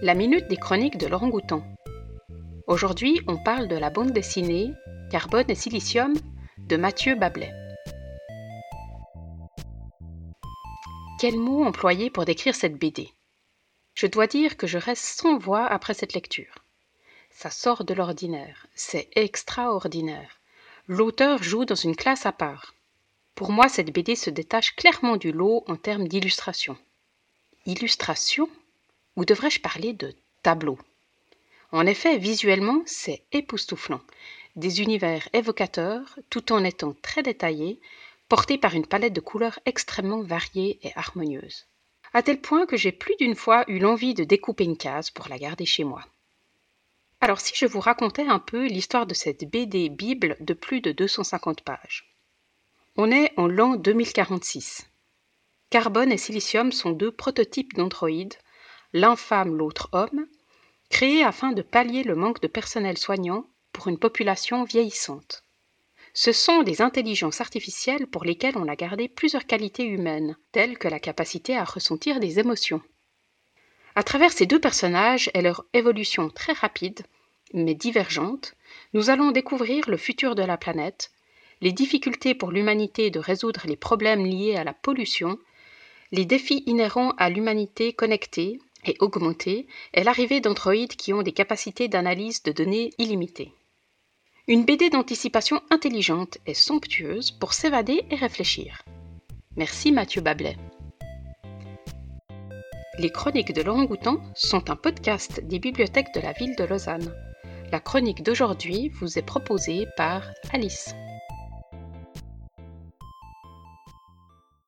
La minute des chroniques de l'orang-outan. Aujourd'hui, on parle de la bande dessinée Carbone et Silicium de Mathieu Bablet. Quel mot employer pour décrire cette BD ? Je dois dire que je reste sans voix après cette lecture. Ça sort de l'ordinaire, c'est extraordinaire. L'auteur joue dans une classe à part. Pour moi, cette BD se détache clairement du lot en termes d'illustration. Illustration ? Ou devrais-je parler de tableau ? En effet, visuellement, c'est époustouflant. Des univers évocateurs, tout en étant très détaillés, portés par une palette de couleurs extrêmement variée et harmonieuse. À tel point que j'ai plus d'une fois eu l'envie de découper une case pour la garder chez moi. Alors si je vous racontais un peu l'histoire de cette BD Bible de plus de 250 pages. On est en l'an 2046. Carbone et Silicium sont deux prototypes d'androïdes, l'un femme, l'autre homme, créés afin de pallier le manque de personnel soignant pour une population vieillissante. Ce sont des intelligences artificielles pour lesquelles on a gardé plusieurs qualités humaines, telles que la capacité à ressentir des émotions. À travers ces deux personnages et leur évolution très rapide, mais divergente, nous allons découvrir le futur de la planète, les difficultés pour l'humanité de résoudre les problèmes liés à la pollution, les défis inhérents à l'humanité connectée et augmentée et l'arrivée d'androïdes qui ont des capacités d'analyse de données illimitées. Une BD d'anticipation intelligente et somptueuse pour s'évader et réfléchir. Merci Mathieu Bablet. Les Chroniques de l'orang-outan sont un podcast des bibliothèques de la ville de Lausanne. La chronique d'aujourd'hui vous est proposée par Alice.